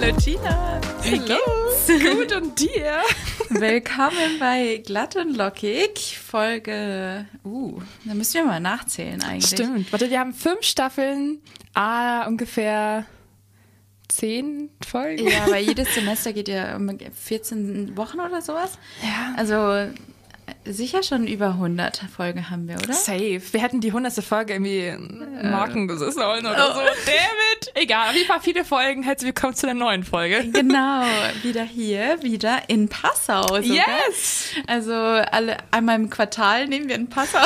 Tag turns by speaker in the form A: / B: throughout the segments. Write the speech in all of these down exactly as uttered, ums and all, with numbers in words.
A: Hallo Gina.
B: Wie
A: Hallo.
B: geht's?
A: Gut und dir?
B: Willkommen bei Glatt und Lockig, Folge, uh, da müssen wir mal nachzählen eigentlich.
A: Stimmt, warte, wir haben fünf Staffeln, ah, ungefähr zehn Folgen.
B: Ja, weil jedes Semester geht ja um vierzehn Wochen oder sowas.
A: Ja.
B: Also sicher schon über hundert Folgen haben wir, oder?
A: Safe. Wir hätten die hundertste Folge irgendwie marken äh. sollen oder oh. so. Damn it. Egal, auf jeden Fall viele Folgen. Herzlich willkommen zu der neuen Folge.
B: Genau, wieder hier, wieder in Passau sogar.
A: Yes!
B: Also alle einmal im Quartal nehmen wir in Passau.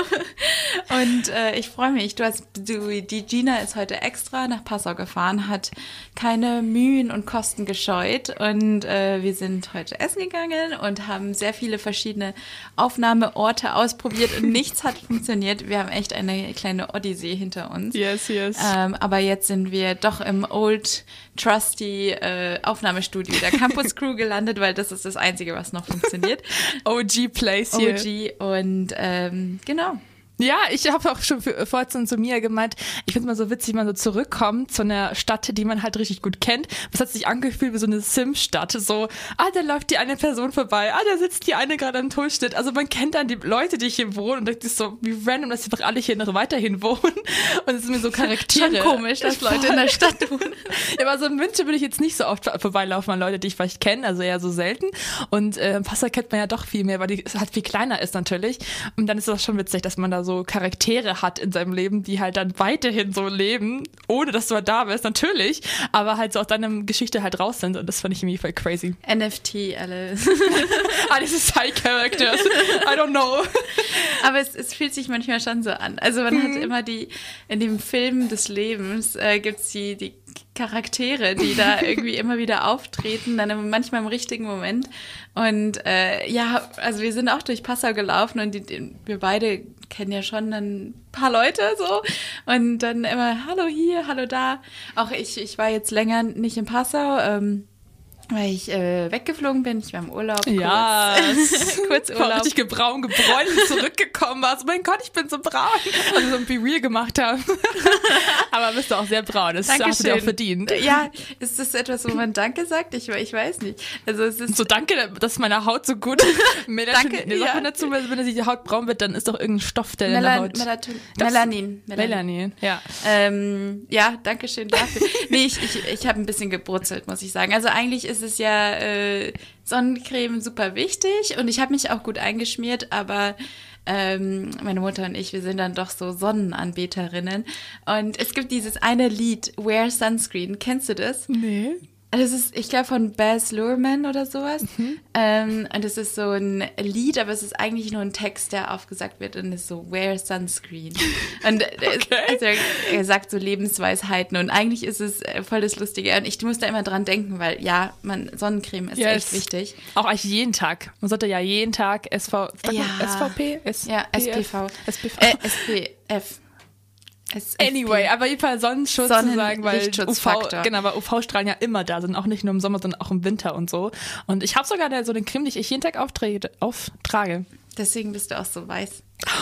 B: Und äh, ich freue mich. Du hast, du, die Gina ist heute extra nach Passau gefahren, hat keine Mühen und Kosten gescheut. Und äh, wir sind heute essen gegangen und haben sehr viele verschiedene Aufnahmeorte ausprobiert und nichts hat funktioniert. Wir haben echt eine kleine Odyssee hinter uns.
A: Yes, yes.
B: Ähm, aber jetzt sind wir doch im Old Trusty äh, Aufnahmestudio der Campus Crew gelandet, weil das ist das Einzige, was noch funktioniert.
A: O G Place hier.
B: O G und ähm, genau.
A: Ja, ich habe auch schon vorhin zu Mia gemeint, ich finde es mal so witzig, wenn man so zurückkommt zu einer Stadt, die man halt richtig gut kennt. Das hat sich angefühlt wie so eine Sim-Stadt. So, ah, da läuft die eine Person vorbei, ah, da sitzt die eine gerade am Tischschnitt. Also man kennt dann die Leute, die hier wohnen und denkt sich so, wie random, dass die einfach alle hier noch weiterhin wohnen. Und es sind mir so Charaktere.
B: Schon komisch, dass Leute in der Stadt wohnen.
A: Ja, aber so in München würde ich jetzt nicht so oft vorbeilaufen an Leute, die ich vielleicht kenne, also eher so selten. Und äh, Passau kennt man ja doch viel mehr, weil die halt viel kleiner ist natürlich. Und dann ist das schon witzig, dass man da so Charaktere hat in seinem Leben, die halt dann weiterhin so leben, ohne dass du halt da bist, natürlich, aber halt so aus deiner Geschichte halt raus sind und das fand ich irgendwie voll crazy.
B: N F T, alle.
A: Ah, diese Side-Characters. I don't know.
B: Aber es, es fühlt sich manchmal schon so an. Also man mhm. hat immer die, in dem Film des Lebens äh, gibt es die, die Charaktere, die da irgendwie immer wieder auftreten, dann manchmal im richtigen Moment. Und äh, ja, also wir sind auch durch Passau gelaufen und die, die, wir beide kennen ja schon ein paar Leute so und dann immer hallo hier, hallo da. Auch ich, ich war jetzt länger nicht in Passau, ähm, weil ich äh, weggeflogen bin. Ich war im Urlaub. Kurz,
A: ja,
B: kurz Urlaub.
A: Richtig gebraun, gebräunt zurückgekommen warst. Mein Gott, ich bin so braun. Also so ein Be Real gemacht haben. Aber bist du auch sehr braun. Das
B: Dankeschön.
A: Hast du dir auch verdient.
B: Ja, ist das etwas, wo man Danke sagt? Ich, ich weiß nicht. Also es ist
A: so danke, dass meine Haut so gut
B: Danke,
A: nee,
B: ja.
A: Sagt man dazu, wenn die Haut braun wird, dann ist doch irgendein Stoff, der
B: Melan-
A: in der Haut...
B: Melaton- Melanin.
A: Melanin. Melanin, ja.
B: Ähm, ja, danke schön dafür. Nee, ich, ich, ich habe ein bisschen gebrutzelt, muss ich sagen. Also eigentlich ist es ja äh, Sonnencreme super wichtig und ich habe mich auch gut eingeschmiert, aber ähm, meine Mutter und ich, wir sind dann doch so Sonnenanbeterinnen und es gibt dieses eine Lied, Wear Sunscreen, kennst du das?
A: Nee.
B: Das ist, ich glaube, von Baz Luhrmann oder sowas. Mhm. Ähm, und es ist so ein Lied, aber es ist eigentlich nur ein Text, der aufgesagt wird und ist so, wear sunscreen. Und okay. also er, er sagt so Lebensweisheiten und eigentlich ist es voll das Lustige. Und ich muss da immer dran denken, weil ja, man, Sonnencreme ist yes. echt wichtig.
A: Auch eigentlich jeden Tag. Man sollte ja jeden Tag S V,
B: ja.
A: S V P? S-
B: ja, S P V.
A: S P V.
B: Äh, S P F.
A: S F P. Anyway, aber jeden Fall Sonnenschutz zu sagen, weil U V, genau, weil U V-Strahlen ja immer da sind, auch nicht nur im Sommer, sondern auch im Winter und so. Und ich habe sogar so eine Creme, die ich jeden Tag auftrage, auftrage.
B: Deswegen bist du auch so weiß.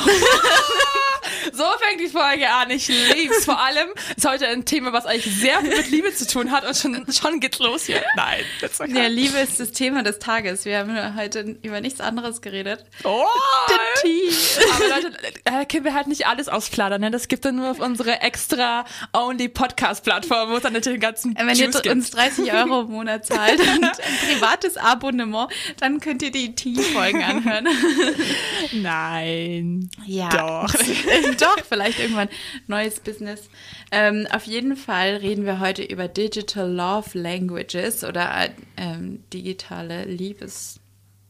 A: So fängt die Folge an. Ich lieb's. Vor allem ist heute ein Thema, was eigentlich sehr viel mit Liebe zu tun hat und schon, schon geht's los hier. Nein.
B: Ja, Liebe ist das Thema des Tages. Wir haben heute über nichts anderes geredet.
A: Oh!
B: The tea.
A: Aber Leute, äh, können wir halt nicht alles ausplaudern, ne? Das gibt dann nur auf unsere extra only Podcast-Plattform, wo es dann natürlich den ganzen
B: Wenn
A: Juice
B: ihr
A: gibt.
B: uns dreißig Euro im Monat zahlt und ein privates Abonnement, dann könnt ihr die Tea-Folgen anhören.
A: Nein.
B: Ja.
A: Doch.
B: Doch, vielleicht irgendwann neues Business. Ähm, auf jeden Fall reden wir heute über Digital Love Languages oder ähm, digitale Liebessprache.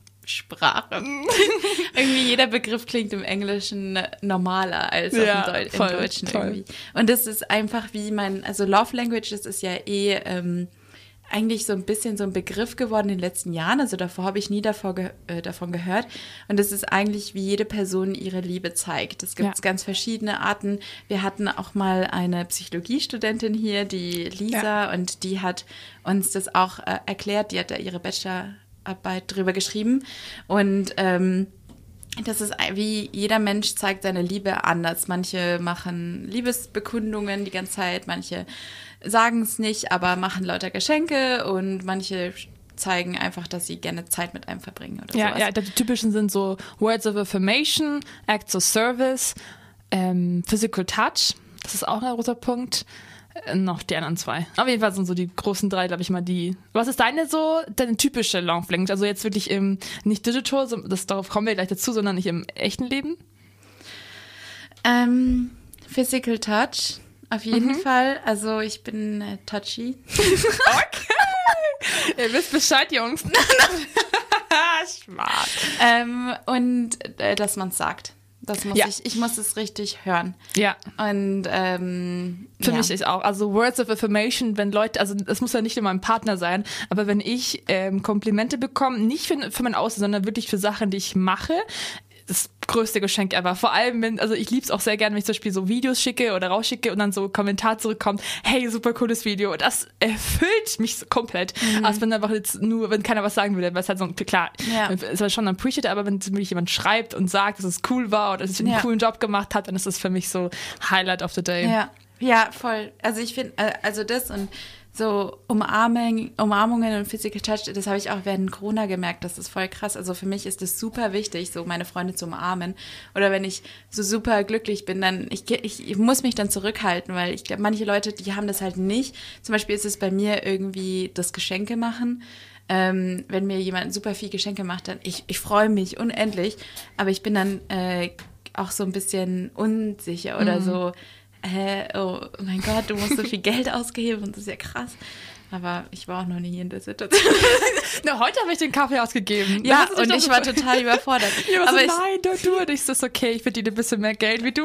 B: Irgendwie jeder Begriff klingt im Englischen normaler als
A: ja,
B: auch im, Deu-
A: voll,
B: im Deutschen
A: voll.
B: irgendwie. Und das ist einfach wie man, also Love Languages ist ja eh ähm, eigentlich so ein bisschen so ein Begriff geworden in den letzten Jahren. Also davor habe ich nie davor ge- äh, davon gehört. Und das ist eigentlich, wie jede Person ihre Liebe zeigt. Es gibt
A: Ja.
B: ganz verschiedene Arten. Wir hatten auch mal eine Psychologiestudentin hier, die Lisa,
A: Ja.
B: und die hat uns das auch äh, erklärt. Die hat da ihre Bachelorarbeit drüber geschrieben. Und ähm, das ist wie jeder Mensch zeigt seine Liebe anders. Manche machen Liebesbekundungen die ganze Zeit, manche sagen es nicht, aber machen lauter Geschenke und manche zeigen einfach, dass sie gerne Zeit mit einem verbringen oder
A: ja,
B: sowas.
A: Ja, die typischen sind so Words of Affirmation, Acts of Service, ähm, Physical Touch, das ist auch ein großer Punkt. Äh, noch die anderen zwei. Auf jeden Fall sind so die großen drei, glaube ich mal, die. Was ist deine so, deine typische Love Language? Also jetzt wirklich im, nicht digital, so, das, darauf kommen wir gleich dazu, sondern nicht im echten Leben?
B: Ähm, Physical Touch, auf jeden mhm. Fall. Also ich bin äh, touchy.
A: Okay. Ihr wisst Bescheid, Jungs.
B: Schwarz. Ähm, und äh, dass man es sagt. Das muss
A: ja.
B: ich, ich muss es richtig hören.
A: Ja.
B: Und ähm,
A: für
B: ja.
A: mich ist auch, also Words of Affirmation, wenn Leute, also es muss ja nicht immer ein Partner sein, aber wenn ich ähm, Komplimente bekomme, nicht für, für mein Aussehen, sondern wirklich für Sachen, die ich mache, das größte Geschenk ever. Vor allem, wenn, also ich liebe es auch sehr gerne, wenn ich zum Beispiel so Videos schicke oder rausschicke und dann so ein Kommentar zurückkommt, hey, super cooles Video. Das erfüllt mich so komplett. Mhm. Als wenn einfach jetzt nur, wenn keiner was sagen würde, weil es halt so, klar, ja. es war schon appreciated, aber wenn wirklich jemand schreibt und sagt, dass es cool war oder dass ich einen ja. coolen Job gemacht hat, dann ist das für mich so Highlight of the day.
B: Ja, ja, voll. Also ich finde, also das und so Umarmung, Umarmungen und Physical Touch, das habe ich auch während Corona gemerkt, das ist voll krass. Also für mich ist es super wichtig, so meine Freunde zu umarmen. Oder wenn ich so super glücklich bin, dann, ich, ich, ich muss mich dann zurückhalten, weil ich glaube, manche Leute, die haben das halt nicht. Zum Beispiel ist es bei mir irgendwie das Geschenke machen. Ähm, wenn mir jemand super viel Geschenke macht, dann, ich, ich freue mich unendlich, aber ich bin dann äh, auch so ein bisschen unsicher oder mhm. so, Äh, oh mein Gott, du musst so viel Geld ausgeben und das ist ja krass. Aber ich war auch noch nie in der Situation.
A: Na, heute habe ich den Kaffee ausgegeben.
B: Ja, und ich war total überfordert.
A: Ich war
B: aber
A: so,
B: ich,
A: nein, du, du. Und ich so, okay, ich verdiene ein bisschen mehr Geld wie du.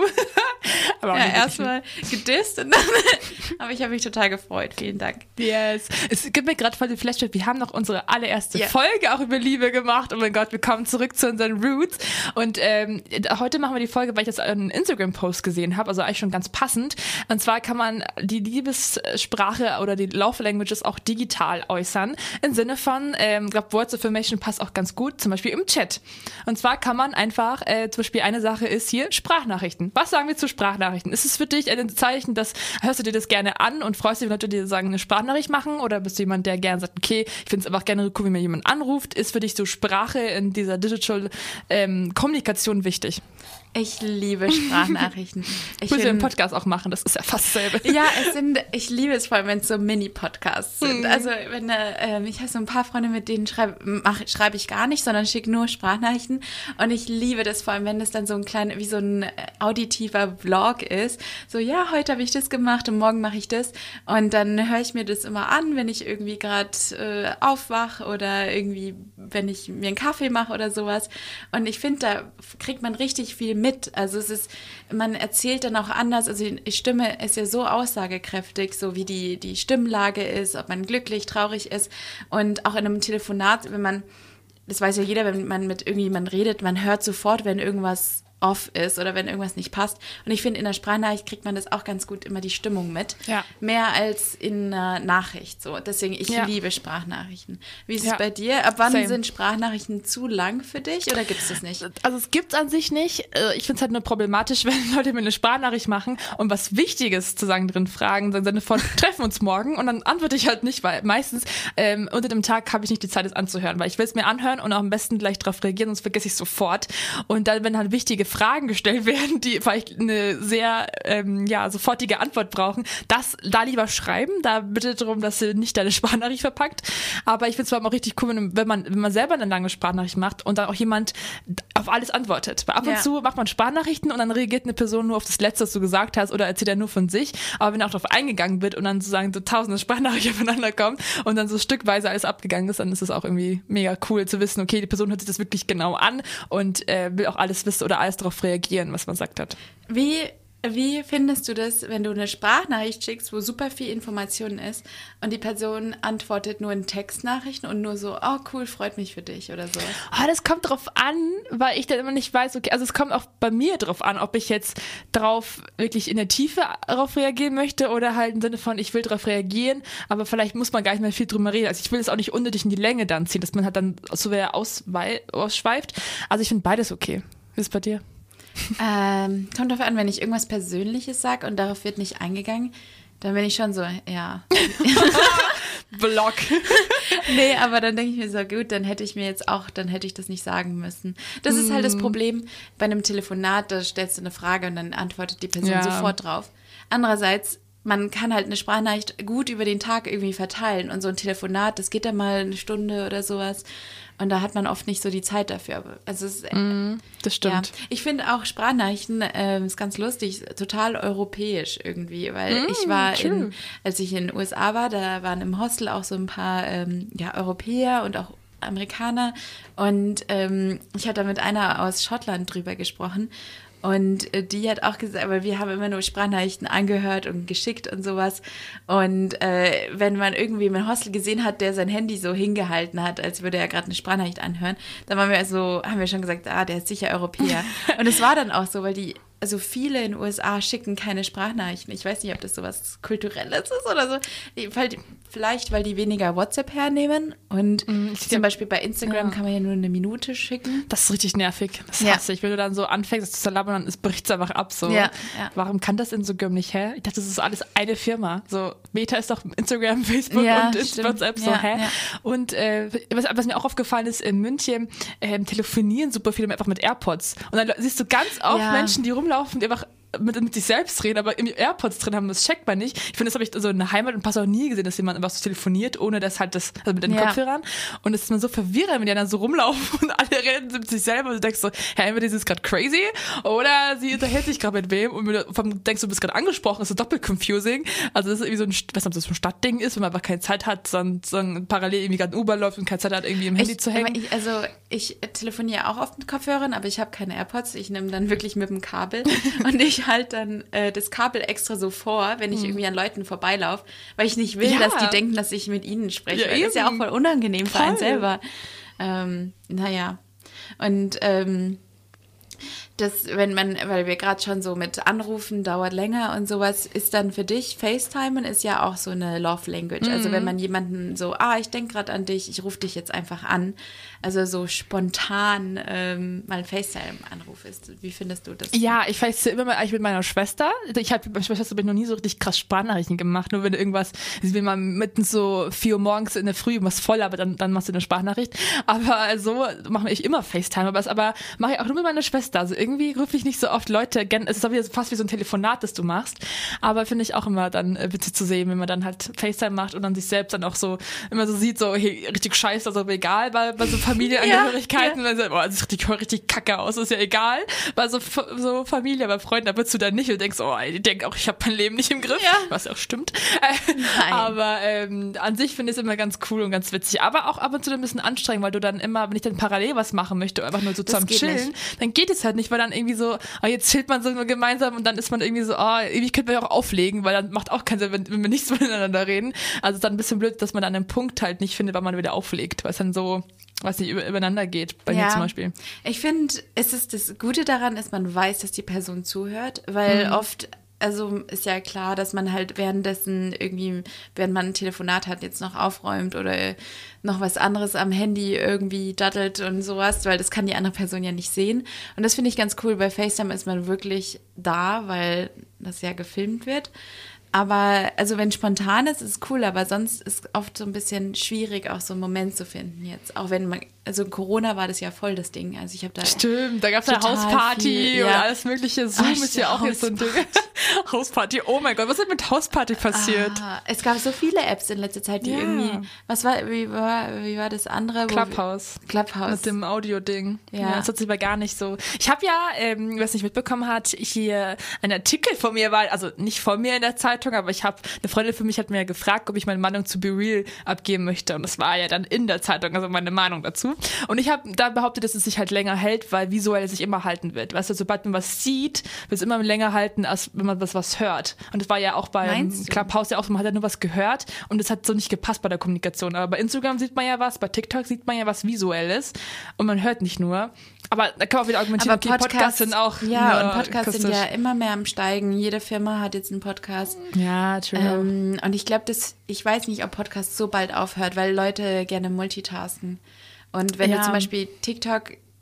B: Aber ja, erstmal gedisst und dann, aber ich habe mich total gefreut. Vielen Dank.
A: Yes. Es gibt mir gerade voll den Flashback. Wir haben noch unsere allererste
B: yeah.
A: Folge auch über Liebe gemacht. Oh mein Gott, wir kommen zurück zu unseren Roots. Und ähm, heute machen wir die Folge, weil ich das einen Instagram-Post gesehen habe, also eigentlich schon ganz passend. Und zwar kann man die Liebessprache oder die Love Languages auch digital äußern. Im Sinne von, ähm, ich glaube, Words of Affirmation passt auch ganz gut, zum Beispiel im Chat. Und zwar kann man einfach, äh, zum Beispiel eine Sache ist hier Sprachnachrichten. Was sagen wir zu Sprachnachrichten? Ist es für dich ein Zeichen, dass, hörst du dir das gerne an und freust dich, wenn Leute dir sagen, eine Sprachnachricht machen? Oder bist du jemand, der gerne sagt, okay, ich finde es einfach gerne cool, wenn mir jemand anruft? Ist für dich so Sprache in dieser Digital ähm, Kommunikation wichtig?
B: Ich liebe Sprachnachrichten. Ich
A: Müssen wir einen Podcast auch machen, das ist ja fast dasselbe.
B: Ja, es sind, ich liebe es vor allem, wenn es so Mini-Podcasts sind. Mhm. Also wenn äh, ich habe so ein paar Freunde, mit denen schreibe schreib ich gar nicht, sondern schicke nur Sprachnachrichten. Und ich liebe das vor allem, wenn es dann so ein kleiner, wie so ein auditiver Vlog ist. So, ja, heute habe ich das gemacht und morgen mache ich das. Und dann höre ich mir das immer an, wenn ich irgendwie gerade äh, aufwache oder irgendwie, wenn ich mir einen Kaffee mache oder sowas. Und ich finde, da kriegt man richtig viel mit. Also es ist, man erzählt dann auch anders, also die Stimme ist ja so aussagekräftig, so wie die, die Stimmlage ist, ob man glücklich, traurig ist und auch in einem Telefonat, wenn man, das weiß ja jeder, wenn man mit irgendjemandem redet, man hört sofort, wenn irgendwas off ist oder wenn irgendwas nicht passt. Und ich finde, in der Sprachnachricht kriegt man das auch ganz gut immer die Stimmung mit. Ja. Mehr als in einer Nachricht. So. Deswegen, ich ja. liebe Sprachnachrichten. Wie ist ja. es bei dir? Ab wann Same. sind Sprachnachrichten zu lang für dich oder gibt es das nicht?
A: Also es gibt es an sich nicht. Ich finde es halt nur problematisch, wenn Leute mir eine Sprachnachricht machen und was Wichtiges zu sagen drin fragen, im Sinne von, treffen uns morgen und dann antworte ich halt nicht, weil meistens ähm, unter dem Tag habe ich nicht die Zeit, es anzuhören, weil ich will es mir anhören und auch am besten gleich darauf reagieren, sonst vergesse ich es sofort. Und dann, wenn halt wichtige Fragen gestellt werden, die vielleicht eine sehr ähm, ja, sofortige Antwort brauchen, das da lieber schreiben, da bitte darum, dass du nicht deine Sprachnachricht verpackt. Aber ich finde es vor allem auch richtig cool, wenn man, wenn man selber eine lange Sprachnachricht macht und dann auch jemand auf alles antwortet. Weil ab und ja. zu macht man Sprachnachrichten und dann reagiert eine Person nur auf das Letzte, was du gesagt hast oder erzählt er nur von sich. Aber wenn auch darauf eingegangen wird und dann sozusagen so tausende Sprachnachrichten aufeinander kommen und dann so stückweise alles abgegangen ist, dann ist es auch irgendwie mega cool zu wissen, okay, die Person hört sich das wirklich genau an und äh, will auch alles wissen oder alles darauf reagieren, was man sagt hat.
B: Wie, wie findest du das, wenn du eine Sprachnachricht schickst, wo super viel Information ist und die Person antwortet nur in Textnachrichten und nur so, oh cool, freut mich für dich oder so?
A: Oh, das kommt drauf an, weil ich dann immer nicht weiß, okay, also es kommt auch bei mir drauf an, ob ich jetzt drauf wirklich in der Tiefe darauf reagieren möchte oder halt im Sinne von, ich will darauf reagieren, aber vielleicht muss man gar nicht mehr viel drüber reden. Also ich will es auch nicht unnötig in die Länge dann ziehen, dass man halt dann so wer ausschweift. Also ich finde beides okay. Wie ist es bei dir?
B: Ähm, kommt darauf an, wenn ich irgendwas Persönliches sage und darauf wird nicht eingegangen, dann bin ich schon so, ja.
A: Block.
B: Nee, aber dann denke ich mir so, gut, dann hätte ich mir jetzt auch, dann hätte ich das nicht sagen müssen. Das mm. ist halt das Problem bei einem Telefonat, da stellst du eine Frage und dann antwortet die Person ja. sofort drauf. Andererseits, man kann halt eine Sprachnachricht gut über den Tag irgendwie verteilen und so ein Telefonat, das geht dann mal eine Stunde oder sowas und da hat man oft nicht so die Zeit dafür. Also es ist,
A: mm, das stimmt.
B: Ja. Ich finde auch Sprachnachrichten, äh, ist ganz lustig, total europäisch irgendwie, weil mm, ich war, in, als ich in den U S A war, da waren im Hostel auch so ein paar ähm, ja, Europäer und auch Amerikaner und ähm, ich hatte mit einer aus Schottland drüber gesprochen. Und die hat auch gesagt, aber wir haben immer nur Sprachnachrichten angehört und geschickt und sowas. Und äh, wenn man irgendwie im Hostel gesehen hat, der sein Handy so hingehalten hat, als würde er gerade eine Sprachnachricht anhören, dann waren wir so, haben wir schon gesagt, ah, der ist sicher Europäer. Und es war dann auch so, weil die, also viele in den U S A schicken keine Sprachnachrichten. Ich weiß nicht, ob das sowas Kulturelles ist oder so. Vielleicht, weil die weniger WhatsApp hernehmen. Und mm, zum glaub, Beispiel bei Instagram ja. kann man ja nur eine Minute schicken.
A: Das ist richtig nervig. Das
B: ja.
A: hasse ich. Wenn du dann so anfängst zu labern, dann bricht es einfach ab. So.
B: Ja, ja.
A: Warum kann das Instagram nicht, hä? Ich dachte, das ist alles eine Firma. So, Meta ist doch Instagram, Facebook
B: ja,
A: und
B: stimmt.
A: WhatsApp. So,
B: ja,
A: hä?
B: Ja.
A: Und äh, was, was mir auch aufgefallen ist, in München ähm, telefonieren super viele einfach mit AirPods. Und dann siehst du ganz oft
B: ja.
A: Menschen, die rumlaufen, die einfach mit, mit sich selbst reden, aber irgendwie AirPods drin haben, das checkt man nicht. Ich finde, das habe ich so in der Heimat und Passau nie gesehen, dass jemand einfach so telefoniert, ohne dass halt das, also mit den
B: ja.
A: Kopfhörern. Und es ist mir so verwirrend, wenn die dann so rumlaufen und alle reden mit sich selber und du denkst so, ja, entweder sie ist gerade crazy oder sie unterhält sich gerade mit wem und du denkst, du bist gerade angesprochen, ist so doppelt confusing. Also das ist irgendwie so ein, ich weiß nicht, ob das so ein Stadtding ist, wenn man einfach keine Zeit hat, sondern, sondern parallel irgendwie gerade ein Uber läuft und keine Zeit hat, irgendwie im Handy
B: ich,
A: zu hängen.
B: Ich, also ich telefoniere auch oft mit Kopfhörern, aber ich habe keine AirPods. Ich nehme dann wirklich mit dem Kabel und ich halte dann äh, das Kabel extra so vor, wenn ich hm. irgendwie an Leuten vorbeilaufe, weil ich nicht will, ja. dass die denken, dass ich mit ihnen spreche. Ja, das ist ja auch voll unangenehm für einen selber. Ähm, naja. Und ähm, das, wenn man, weil wir gerade schon so mit Anrufen dauert länger und sowas, ist dann für dich, FaceTimen ist ja auch so eine Love Language. Mhm. Also wenn man jemanden so, ah, ich denke gerade an dich, ich rufe dich jetzt einfach an. Also so spontan ähm, mal ein FaceTime-Anruf ist. Wie findest du das?
A: Ja, ich FaceTime immer mal eigentlich mit meiner Schwester. Ich habe mit meiner Schwester bin ich noch nie so richtig krass Sprachnachrichten gemacht. Nur wenn du irgendwas, wenn man mitten so vier Uhr morgens in der Früh irgendwas voll, aber dann, dann machst du eine Sprachnachricht. Aber so mache ich immer FaceTime. Aber, aber mache ich auch nur mit meiner Schwester. Also irgendwie rufe ich nicht so oft Leute, es ist auch wieder fast wie so ein Telefonat, das du machst, aber finde ich auch immer dann witzig zu sehen, wenn man dann halt FaceTime macht und dann sich selbst dann auch so immer so sieht, so hey, richtig scheiße, also egal, bei, bei so Familienangehörigkeiten, ja, ja. Boah, das sieht richtig, richtig kacke aus, ist ja egal, bei so, so Familie, bei Freunden, da würdest du dann nicht und denkst, oh, die denken auch, ich habe mein Leben nicht im Griff, ja. was ja auch stimmt, Nein. aber ähm, an sich finde ich es immer ganz cool und ganz witzig, aber auch ab und zu ein bisschen anstrengend, weil du dann immer, wenn ich dann parallel was machen möchte, einfach nur so zusammen chillen, nicht. Dann geht es halt nicht, weil dann irgendwie so, oh, jetzt chillt man so nur gemeinsam und dann ist man irgendwie so, oh, irgendwie könnte man ja auch auflegen, weil dann macht auch keinen Sinn, wenn, wenn wir nichts miteinander reden. Also es ist dann ein bisschen blöd, dass man dann einen Punkt halt nicht findet, wann man wieder auflegt, weil es dann so, weiß nicht, über, übereinander geht, bei ja. mir zum Beispiel.
B: Ich finde, es ist das Gute daran ist, man weiß, dass die Person zuhört, weil mhm. oft also ist ja klar, dass man halt währenddessen irgendwie, während man ein Telefonat hat, jetzt noch aufräumt oder noch was anderes am Handy irgendwie dattelt und sowas, weil das kann die andere Person ja nicht sehen. Und das finde ich ganz cool. Bei FaceTime ist man wirklich da, weil das ja gefilmt wird. Aber also wenn spontan ist, ist es cool, aber sonst ist oft so ein bisschen schwierig, auch so einen Moment zu finden jetzt. Auch wenn man, also in Corona war das ja voll das Ding. Also ich habe da
A: Stimmt, da gab es eine Hausparty viel, und ja. alles mögliche. Zoom Ach, ist ja auch jetzt so ein Ding. Hausparty, oh mein Gott, was ist mit Hausparty passiert?
B: Ah, es gab so viele Apps in letzter Zeit, die ja. irgendwie, was war, wie war, wie war das andere?
A: Clubhouse.
B: Wir, Clubhouse.
A: Mit dem Audio-Ding.
B: Ja.
A: ja. Das hat sich aber gar nicht so. Ich habe ja, ähm, was nicht mitbekommen hat, hier ein Artikel von mir war, also nicht von mir in der Zeitung, aber ich habe, eine Freundin für mich hat mir ja gefragt, ob ich meine Meinung zu BeReal abgeben möchte und das war ja dann in der Zeitung, also meine Meinung dazu. Und ich habe da behauptet, dass es sich halt länger hält, weil visuell sich immer halten wird. Weißt du, sobald man was sieht, wird es immer länger halten, als wenn man was, was hört. Und das war ja auch beim Clubhouse ja auch so, man hat ja nur was gehört und es hat so nicht gepasst bei der Kommunikation. Aber bei Instagram sieht man ja was, bei TikTok sieht man ja was Visuelles und man hört nicht nur. Aber da kann man auch wieder argumentieren,
B: aber
A: okay, Podcasts sind auch
B: ja, und Podcasts sind ja immer mehr am Steigen. Jede Firma hat jetzt einen Podcast.
A: Ja, true.
B: Ähm, und ich glaube, das, ich weiß nicht, ob Podcast so bald aufhört, weil Leute gerne multitasken. Und wenn ja. du zum Beispiel TikTok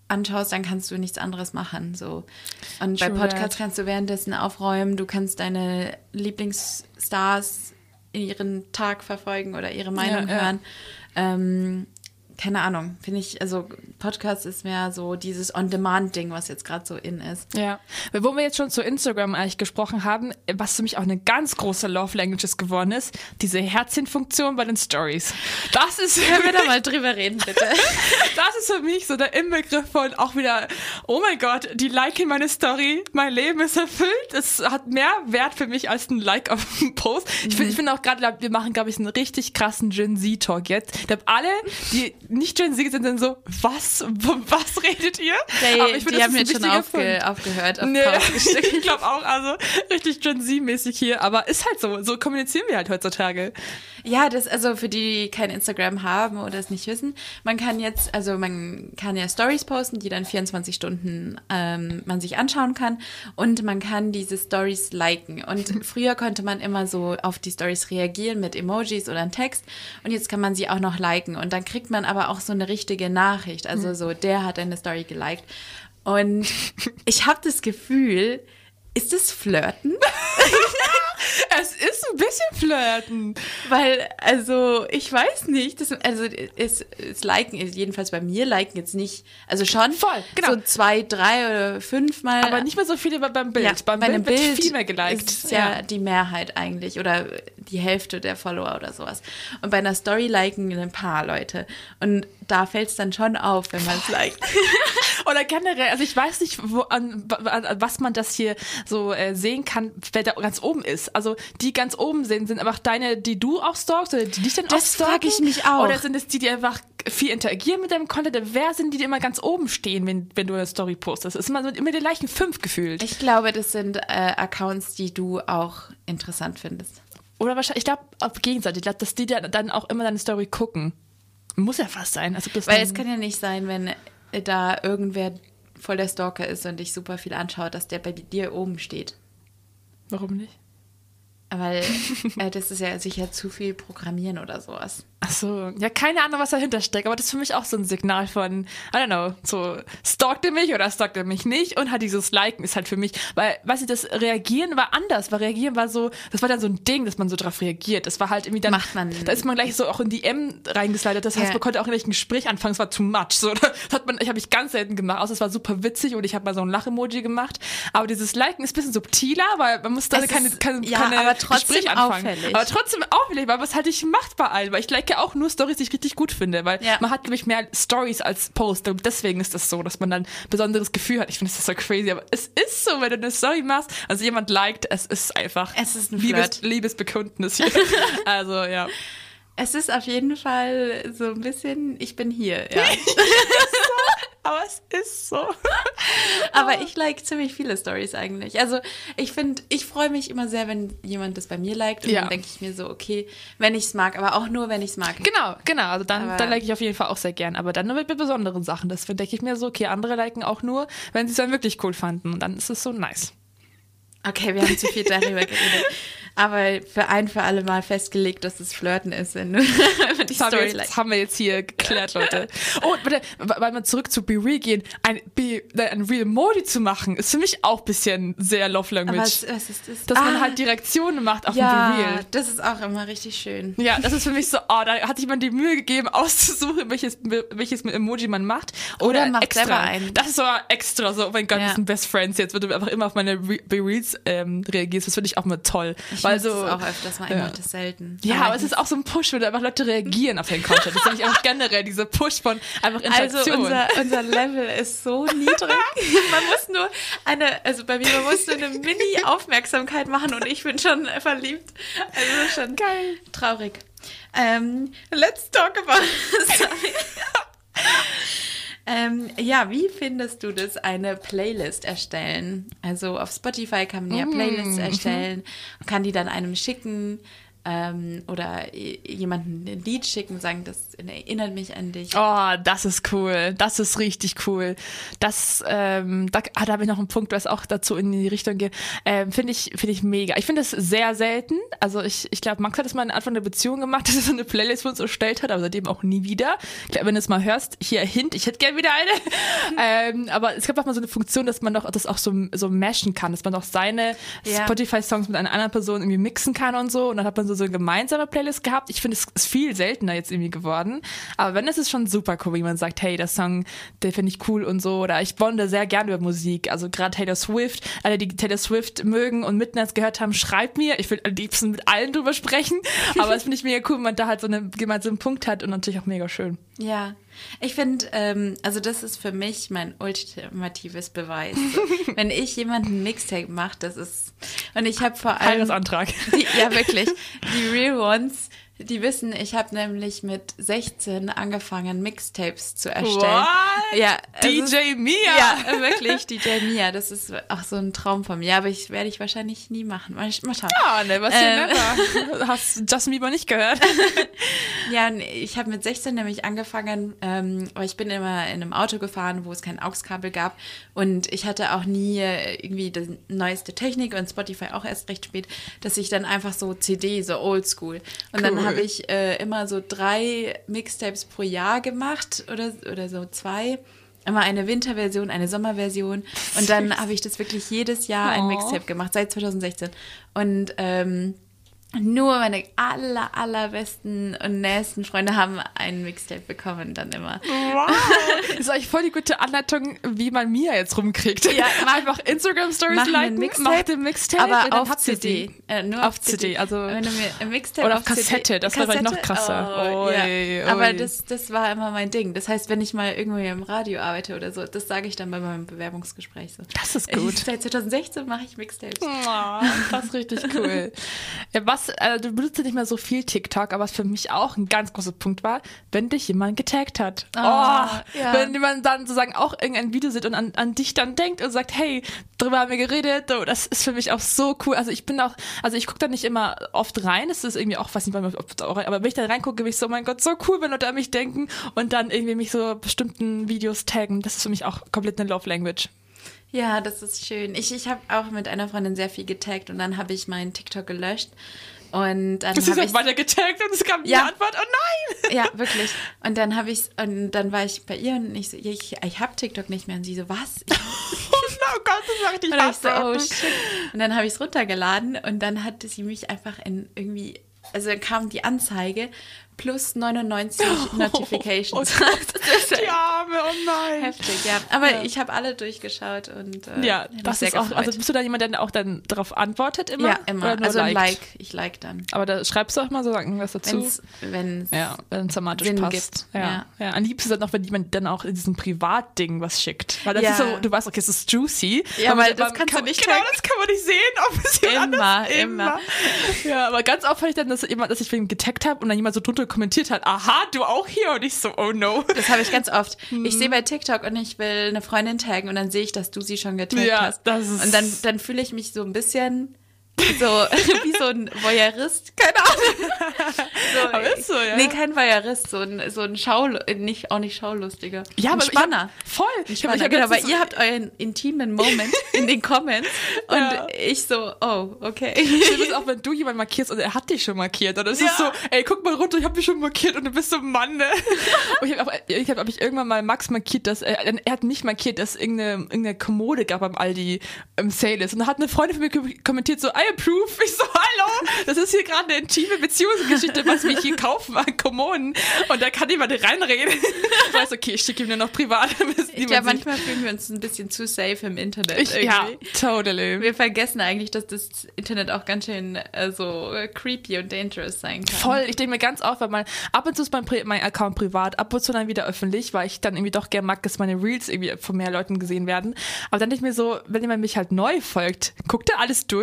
B: anschaust, dann kannst du nichts anderes machen. So. Und
A: True
B: bei Podcasts
A: that.
B: kannst du währenddessen aufräumen, du kannst deine Lieblingsstars in ihren Tag verfolgen oder ihre Meinung
A: Ja, ja.
B: hören. Ähm, keine Ahnung, finde ich, also Podcast ist mehr so dieses On-Demand-Ding, was jetzt gerade so in ist.
A: Ja, wo wir jetzt schon zu Instagram eigentlich gesprochen haben, was für mich auch eine ganz große Love Languages geworden ist, diese Herzchenfunktion bei den Stories. Das ist
B: Können wir da mal drüber reden, bitte?
A: das ist für mich so der Inbegriff von auch wieder, oh mein Gott, die liken meine Story, mein Leben ist erfüllt, es hat mehr Wert für mich als ein Like auf einen Post. Ich finde ich finde auch gerade, wir machen, glaube ich, einen richtig krassen Gen Z-Talk jetzt. Ich glaube, alle, die nicht Gen Z sind, sind so, was, was redet ihr?
B: Die,
A: Aber ich find,
B: die
A: das
B: haben
A: ist
B: jetzt
A: ein
B: schon
A: wichtiger
B: aufge, aufgehört. Auf
A: Nee,
B: Pause gesteckt.
A: ich glaube auch, also richtig Gen Z-mäßig hier, aber ist halt so, so kommunizieren wir halt heutzutage.
B: Ja, das, also für die, die kein Instagram haben oder es nicht wissen, man kann jetzt, also man kann ja Stories posten, die dann vierundzwanzig Stunden ähm, man sich anschauen kann und man kann diese Stories liken. Und früher konnte man immer so auf die Stories reagieren mit Emojis oder einem Text und jetzt kann man sie auch noch liken und dann kriegt man aber auch so eine richtige Nachricht, also so, der hat eine Story geliked. Und ich habe das Gefühl, ist das Flirten?
A: Es ist ein bisschen flirten.
B: Weil, also, ich weiß nicht, das, also, es, es liken, jedenfalls bei mir liken jetzt nicht, also schon
A: Voll, genau.
B: so zwei, drei oder fünf Mal.
A: Aber nicht mehr so viele beim Bild.
B: ja,
A: beim
B: bei einem
A: Bild wird
B: Bild
A: viel mehr geliked.
B: ist ja, die Mehrheit eigentlich oder die Hälfte der Follower oder sowas. Und bei einer Story liken ein paar Leute. Und da fällt es dann schon auf, wenn man es liked.
A: Oder generell, also ich weiß nicht, wo, an, an, an was man das hier so äh, sehen kann, wer da ganz oben ist. Also die ganz oben sind, sind einfach deine, die du auch stalkst oder die dich dann
B: Das
A: auch stalken?
B: frag ich mich auch.
A: Oder sind es die, die einfach viel interagieren mit deinem Content? Wer sind die, die immer ganz oben stehen, wenn, wenn du eine Story postest? Es ist immer, so- immer die gleichen fünf gefühlt.
B: Ich glaube, das sind äh, Accounts, die du auch interessant findest.
A: Oder wahrscheinlich, ich glaube, auf Gegenseite, ich glaube, dass die dann dann auch immer deine Story gucken. Muss ja fast sein. Also das
B: Weil
A: dann,
B: es kann ja nicht sein, wenn da irgendwer voll der Stalker ist und dich super viel anschaut, dass der bei dir oben steht.
A: Warum nicht?
B: Weil äh, das ist ja sicher zu viel Programmieren oder sowas.
A: Ach so, ja, keine Ahnung, was dahinter steckt, aber das ist für mich auch so ein Signal von, I don't know, so, stalkt er mich oder stalkt er mich nicht und hat dieses Liken ist halt für mich, weil, weißt du, das Reagieren war anders, weil Reagieren war so, das war dann so ein Ding, dass man so drauf reagiert, das war halt irgendwie dann,
B: Macht man.
A: da ist man gleich so auch in die M reingeslidet, das heißt,
B: Ja.
A: man konnte auch in ein Gespräch anfangen, es war too much, so, das hat man, ich habe ich ganz selten gemacht, außer es war super witzig und ich habe mal so ein Lach-Emoji gemacht, aber dieses Liken ist ein bisschen subtiler, weil man muss da
B: Es
A: keine,
B: ist-
A: keine,
B: ja,
A: keine
B: aber trotzdem
A: Gespräch anfangen.
B: auffällig.
A: Aber trotzdem auffällig, weil man es halt nicht macht bei allen, weil ich like ja auch nur Stories, die ich richtig gut finde, weil
B: Ja.
A: man hat, glaube ich, mehr Stories als Post und deswegen ist das so, dass man dann ein besonderes Gefühl hat. Ich finde, das ist so crazy, aber es ist so, wenn du eine Story machst, also jemand liked, es ist einfach
B: Es ist ein
A: Liebes,
B: Flirt.
A: Liebesbekundnis hier. Also, ja.
B: Es ist auf jeden Fall so ein bisschen, ich bin hier, ja.
A: Aber es ist so.
B: Aber ich like ziemlich viele Stories eigentlich. Also ich finde, ich freue mich immer sehr, wenn jemand das bei mir liked und
A: Ja.
B: dann denke ich mir so, okay, wenn ich es mag, aber auch nur, wenn ich es mag.
A: Genau, genau. Also dann,
B: Aber-
A: dann like ich auf jeden Fall auch sehr gern. Aber dann nur mit besonderen Sachen. Das denke ich mir so, okay, andere liken auch nur, wenn sie es dann wirklich cool fanden. Und dann ist es so nice.
B: Okay, wir haben zu viel darüber geredet. Aber für ein für alle Mal festgelegt, dass es Flirten ist, wenn du wenn man die
A: Das haben, wir
B: Story
A: jetzt,
B: liked.
A: das haben wir jetzt hier geklärt, Leute. Oh, bitte, weil wir zurück zu Be Real gehen, ein, Be, ein Real Modi zu machen, ist für mich auch ein bisschen sehr Love Language.
B: Was, was ist das?
A: Dass man
B: Ah,
A: halt die Reaktionen macht auf
B: ja,
A: ein Be Real.
B: das ist auch immer richtig schön.
A: Ja, das ist für mich so, oh, da hat sich man die Mühe gegeben, auszusuchen, welches, welches mit Emoji man macht. Oder,
B: Oder macht
A: extra.
B: selber einen.
A: Das ist so extra, so, oh mein Gott,
B: Ja.
A: wir sind Best Friends jetzt, wenn du einfach immer auf meine Re- Be Reals ähm, reagierst. Das finde ich auch mal toll.
B: Ich
A: weil
B: mache
A: so,
B: das auch öfters mal, ich
A: ja.
B: mache das selten.
A: Ja, aber es ist auch so ein Push, wo einfach Leute reagieren auf den Content. Das finde ich auch generell, dieser Push von einfach
B: Also
A: Interaktion.
B: unser, unser Level ist so niedrig. Man muss nur eine, also bei mir, man muss nur eine Mini-Aufmerksamkeit machen und ich bin schon verliebt. Also schon
A: Geil.
B: traurig. Ähm, let's talk about sorry. ähm, ja, wie findest du das, eine Playlist erstellen? Also auf Spotify kann man ja Playlists erstellen, kann die dann einem schicken ähm, oder jemanden ein Lied schicken, sagen, das erinnert mich an dich.
A: Oh, das ist cool. Das ist richtig cool. Das, ähm, da, ah, da habe ich noch einen Punkt, was auch dazu in die Richtung geht. Ähm, finde ich, finde ich mega. Ich finde das sehr selten. Also ich, ich glaube, Max hat es mal am Anfang der Beziehung gemacht, dass er so eine Playlist für uns erstellt hat, aber seitdem auch nie wieder. Ich glaube, wenn du es mal hörst, hier Hint, ich hätte gerne wieder eine. ähm, aber es gab auch mal so eine Funktion, dass man doch das auch so, so mashen kann, dass man doch seine
B: Ja.
A: Spotify-Songs mit einer anderen Person irgendwie mixen kann und so. Und dann hat man so, so eine gemeinsame Playlist gehabt. Ich finde, es ist viel seltener jetzt irgendwie geworden. Aber wenn, es ist schon super cool, wie man sagt, hey, der Song, der finde ich cool und so. Oder ich bonde sehr gerne über Musik. Also gerade Taylor Swift, alle, die Taylor Swift mögen und Midnights gehört haben, schreibt mir. Ich will am liebsten mit allen drüber sprechen. Aber das finde ich mega cool, wenn man da halt so einen gemeinsamen Punkt hat und natürlich auch mega schön.
B: Ja, ich finde, ähm, also das ist für mich mein ultimatives Beweis. So, wenn ich jemanden Mixtape mache, das ist, und ich habe vor allem...
A: Heiratsantrag.
B: Die, ja, wirklich. Die Real Ones, die wissen, ich habe nämlich mit sechzehn angefangen, Mixtapes zu erstellen.
A: What?
B: Ja,
A: D
B: es
A: J
B: ist,
A: Mia.
B: Ja, wirklich, D J Mia. Das ist auch so ein Traum von mir, aber ich werde ich wahrscheinlich nie machen. Mal, mal schauen.
A: Ja, never say
B: Ähm.
A: never. Hast Justin Bieber nicht gehört?
B: Ja, ich habe mit sechzehn nämlich angefangen, ähm, weil ich bin immer in einem Auto gefahren, wo es kein A U X-Kabel gab und ich hatte auch nie äh, irgendwie die neueste Technik und Spotify auch erst recht spät, dass ich dann einfach so C D, so oldschool. Und
A: Cool.
B: dann habe ich äh, immer so drei Mixtapes pro Jahr gemacht oder, oder so zwei. Immer eine Winterversion, eine Sommerversion und dann habe ich das wirklich jedes Jahr ein
A: Oh.
B: Mixtape gemacht, seit zwanzig sechzehn. Und ähm, nur meine aller, allerbesten und nächsten Freunde haben ein Mixtape bekommen dann immer.
A: Wow. Das ist eigentlich voll die gute Anleitung, wie man Mia jetzt rumkriegt.
B: Ja, mach-
A: einfach Instagram-Stories
B: mach mir ein
A: liken,
B: Mixtape,
A: mach den Mixtape und
B: aber
A: dann
B: auf
A: habt ihr
B: C D.
A: sie.
B: Äh, nur
A: Auf C D, also-
B: Wenn du mir ein Mixtape
A: Oder auf
B: C D
A: Kassette, das war vielleicht noch krasser.
B: Oh,
A: Ui,
B: ja.
A: ui.
B: Aber das, das war immer mein Ding. Das heißt, wenn ich mal irgendwo im Radio arbeite oder so, das sage ich dann bei meinem Bewerbungsgespräch so.
A: Das ist gut.
B: Ich, seit zwanzig sechzehn mache ich Mixtapes.
A: Oh, das ist richtig cool. Ja, was, äh, du benutzt ja nicht mehr so viel TikTok, aber was für mich auch ein ganz großer Punkt war, wenn dich jemand getaggt hat. Oh,
B: ja.
A: Wenn jemand dann sozusagen auch irgendein Video sieht und an, an dich dann denkt und sagt, hey, drüber haben wir geredet, oh, das ist für mich auch so cool. Also ich bin auch, also ich gucke da nicht immer oft rein, das ist irgendwie auch, weiß nicht, ob, aber wenn ich da reingucke, bin ich so, mein Gott, so cool, wenn Leute an mich denken und dann irgendwie mich so bestimmten Videos taggen. Das ist für mich auch komplett eine Love Language.
B: Ja, das ist schön. Ich, ich habe auch mit einer Freundin sehr viel getaggt und dann habe ich meinen TikTok gelöscht. Und dann
A: Das ist
B: habe
A: auch
B: ich
A: weiter getaggt und es kam die
B: Ja.
A: Antwort, oh nein!
B: ja, wirklich. Und dann habe ich und dann war ich bei ihr und ich so, ja, ich, ich habe TikTok nicht mehr. Und sie so, was?
A: Oh Gott, das macht dich
B: Und ich so, oh
A: heartbroken.
B: shit. Und dann habe ich es runtergeladen und dann hatte sie mich einfach in irgendwie, also dann kam die Anzeige plus neunundneunzig Notifications. Das ist
A: Die Arme, oh nein.
B: heftig, ja. Aber
A: Ja.
B: ich habe alle durchgeschaut und äh,
A: Ja,
B: hab mich
A: das
B: sehr
A: ist auch,
B: gefreut.
A: also bist du da jemand, der auch dann darauf antwortet immer?
B: ja, immer.
A: Oder nur
B: Also ein
A: liked?
B: Like, ich like dann.
A: Aber da schreibst du auch mal so irgendwas dazu?
B: Wenn es
A: Ja, wenn es thematisch
B: Sinn
A: passt.
B: gibt,
A: Ja.
B: ja.
A: Ja. Am liebsten ist es noch, wenn jemand dann auch in diesem Privatding was schickt. Weil das
B: Ja.
A: ist so, du weißt, okay, es ist juicy.
B: Ja,
A: aber
B: weil das
A: man
B: kannst du
A: kann,
B: nicht
A: Genau,
B: taggen.
A: das kann man nicht sehen, ob es jemand
B: Immer,
A: anders,
B: immer.
A: Ja, aber ganz oft fand ich dann, dass jemand, dass ich wen getaggt habe und dann jemand so drunter kommentiert hat, aha, du auch hier? Und ich so, oh no.
B: Das habe ich ganz oft.
A: Mhm.
B: Ich sehe bei TikTok und ich will eine Freundin taggen und dann sehe ich, dass du sie schon getaggt
A: Ja,
B: hast.
A: das ist-
B: Und dann, dann fühle ich mich so ein bisschen so wie so ein Voyeurist. Keine Ahnung. So,
A: Aber ist so, ja.
B: Nee, kein Voyeurist, so ein, so ein Schau, nicht, auch nicht Schaulustiger.
A: Ja,
B: ein
A: aber
B: Spanner.
A: Ich hab, voll.
B: Ein
A: Ich hab,
B: Spanner,
A: ich hab
B: genau, weil
A: letztens-
B: ihr habt euren intimen Moment in den Comments und
A: Ja.
B: ich so, oh, okay.
A: Schlimm ist auch, wenn du jemanden markierst und er hat dich schon markiert. Oder es
B: Ja.
A: ist so, ey, guck mal runter, ich hab dich schon markiert und du bist so ein Mann, ne? Und ich habe ich hab, hab ich irgendwann mal Max markiert, dass er, er hat mich markiert, dass irgendeine, irgendeine Kommode gab beim Aldi im Sale ist. Und da hat eine Freundin von mir kommentiert so, I approve. Ich so, hallo, das ist hier gerade eine intime Beziehungsgeschichte, was wir hier kaufen an Kommoden. Und da kann jemand reinreden. Ich weiß, okay, ich schicke ihm nur noch privat. damit es
B: Ich
A: niemand
B: glaube,
A: sieht.
B: manchmal fühlen wir uns ein bisschen zu safe im Internet.
A: Ich, ja,
B: irgendwie.
A: totally.
B: Wir vergessen eigentlich, dass das Internet auch ganz schön äh, so äh, creepy und dangerous sein kann.
A: Voll, ich denke mir ganz oft, weil mein, ab und zu ist mein, Pri- mein Account privat, ab und zu dann wieder öffentlich, weil ich dann irgendwie doch gerne mag, dass meine Reels irgendwie von mehr Leuten gesehen werden. Aber dann denke ich mir so, wenn jemand mich halt neu folgt, guckt er alles durch, bis du jemanden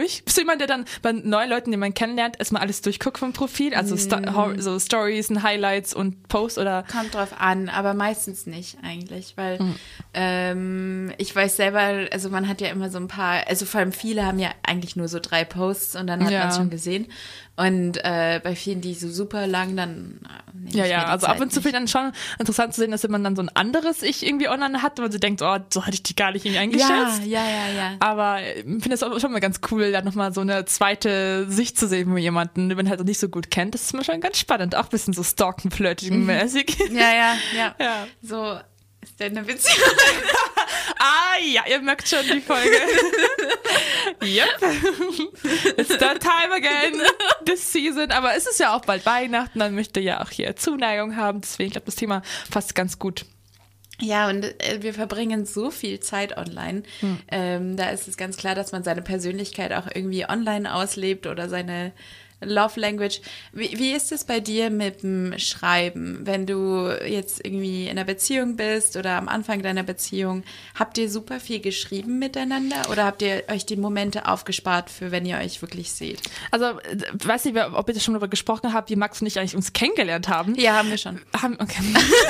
A: jemand, der dann bei neuen Leuten, die man kennenlernt, erstmal alles durchguckt vom Profil? Also Sto-
B: Mm.
A: so Stories und Highlights und Posts oder?
B: Kommt drauf an, aber meistens nicht eigentlich, weil
A: Mhm.
B: ähm, ich weiß selber, also man hat ja immer so ein paar, also vor allem viele haben ja eigentlich nur so drei Posts und dann hat
A: Ja.
B: man es schon gesehen. Und äh, bei vielen, die so super lang, dann äh, nehme
A: Ja,
B: ich
A: ja,
B: mir die
A: also
B: Zeit
A: ab und zu
B: nicht.
A: finde ich dann schon interessant zu sehen, dass man dann so ein anderes Ich irgendwie online hat, weil sie denkt, oh, so hatte ich die gar nicht irgendwie eingeschätzt.
B: Ja, ja, ja, ja.
A: Aber ich finde es auch schon mal ganz cool, da nochmal so eine zweite Sicht zu sehen von jemanden, den man halt nicht so gut kennt. Das ist mir schon ganz spannend. Auch ein bisschen so stalken, flirting-mäßig.
B: Ja, ja, ja.
A: Ja.
B: So ist deine Beziehung.
A: Ah, ja, ihr merkt schon die Folge. Yep. It's that time again this season. Aber es ist ja auch bald Weihnachten, man möchte ja auch hier Zuneigung haben. Deswegen, ich glaube, das Thema passt ganz gut.
B: Ja, und äh, wir verbringen so viel Zeit online.
A: Hm.
B: Ähm, da ist es ganz klar, dass man seine Persönlichkeit auch irgendwie online auslebt oder seine Love Language. Wie, wie ist es bei dir mit dem Schreiben? Wenn du jetzt irgendwie in einer Beziehung bist oder am Anfang deiner Beziehung, habt ihr super viel geschrieben miteinander oder habt ihr euch die Momente aufgespart für, wenn ihr euch wirklich seht?
A: Also, äh, weiß nicht, ob ihr das schon darüber gesprochen habt, wie Max und ich eigentlich uns kennengelernt haben.
B: Ja, haben wir schon.
A: Haben, okay.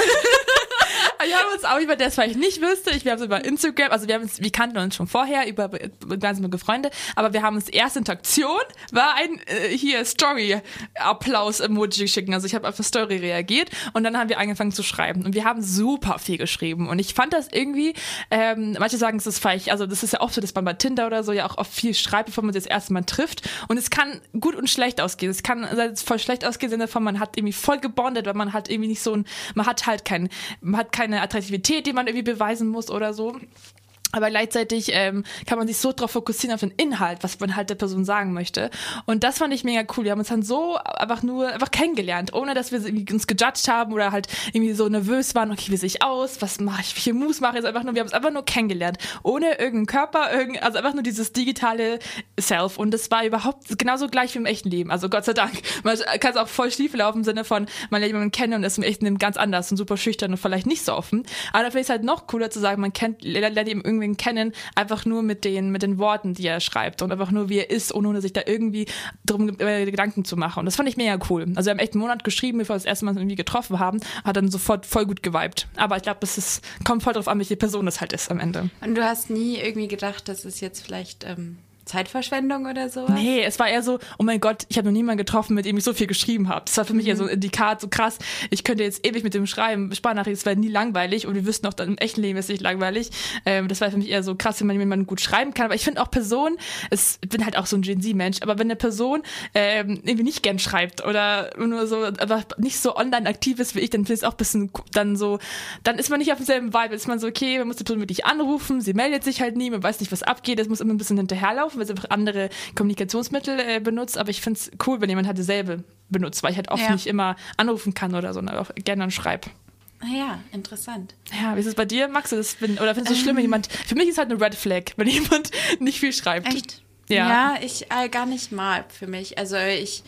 A: Wir haben uns auch über das, weil ich nicht wüsste, ich, wir haben uns über Instagram, also wir haben uns, wir kannten uns schon vorher über gemeinsame Freunde, aber wir haben uns erste Interaktion, war ein äh, hier Story-Applaus-Emoji geschickt, also ich habe auf eine Story reagiert und dann haben wir angefangen zu schreiben und wir haben super viel geschrieben und ich fand das irgendwie, ähm, manche sagen, es ist falsch, also das ist ja oft so, dass man bei Tinder oder so ja auch oft viel schreibt, bevor man sich das erste Mal trifft und es kann gut und schlecht ausgehen, es kann also voll schlecht ausgehen, davon man hat irgendwie voll gebondet, weil man hat irgendwie nicht so ein, man hat halt kein, man hat keine Attraktivität, die man irgendwie beweisen muss oder so. Aber gleichzeitig ähm, kann man sich so darauf fokussieren, auf den Inhalt, was man halt der Person sagen möchte. Und das fand ich mega cool. Wir haben uns dann so einfach nur einfach kennengelernt, ohne dass wir irgendwie uns gejudged haben oder halt irgendwie so nervös waren, okay, wie sehe ich aus, was mache ich, welche Moves mache ich, einfach nur, wir haben uns einfach nur kennengelernt, ohne irgendeinen Körper, irgend, also einfach nur dieses digitale Self. Und das war überhaupt genauso gleich wie im echten Leben. Also Gott sei Dank. Man kann es auch voll schief laufen im Sinne von, man lernt jemanden kennen und ist im echten Leben ganz anders und super schüchtern und vielleicht nicht so offen. Aber da finde ich es halt noch cooler zu sagen, man kennt, lernt eben irgendwie kennen, einfach nur mit den, mit den Worten, die er schreibt und einfach nur, wie er ist, ohne sich da irgendwie drum äh, Gedanken zu machen. Und das fand ich mega cool. Also wir haben echt einen Monat geschrieben, bevor wir das erste Mal irgendwie getroffen haben, hat dann sofort voll gut geweibt. Aber ich glaube, es ist, kommt voll drauf an, welche Person es halt ist am Ende.
B: Und du hast nie irgendwie gedacht, das ist jetzt vielleicht ähm, Zeitverschwendung oder sowas?
A: Nee, es war eher so, oh mein Gott, ich habe noch niemanden getroffen, mit dem ich so viel geschrieben habe. Das war für mich eher so ein Indikat, so krass, ich könnte jetzt ewig mit dem schreiben, Sprachnachrichten, es wäre nie langweilig und wir wüssten auch, dann im echten Leben ist es nicht langweilig. Ähm, das war für mich eher so krass, wenn man jemanden gut schreiben kann. Aber ich finde auch Personen, es, ich bin halt auch so ein Gen Z-Mensch, aber wenn eine Person ähm, irgendwie nicht gern schreibt oder nur so, aber nicht so online aktiv ist wie ich, dann finde ich es auch ein bisschen dann so, dann ist man nicht auf demselben Vibe, dann ist man so, okay, man muss die Person wirklich anrufen, sie meldet sich halt nie, man weiß nicht, was abgeht, es muss immer ein bisschen hinterherlaufen, weil sie einfach andere Kommunikationsmittel äh, benutzt, aber ich finde es cool, wenn jemand halt dasselbe benutzt, weil ich halt oft
B: Ja.
A: nicht immer anrufen kann oder so, und auch gerne dann schreibe.
B: Ah ja, interessant.
A: Ja, wie ist es bei dir, Max? Das bin, oder findest du es schlimm, wenn jemand, für mich ist halt eine Red Flag, wenn jemand nicht viel schreibt.
B: Echt?
A: Ja.
B: Ja, ich äh, gar nicht mal für mich. Also ich,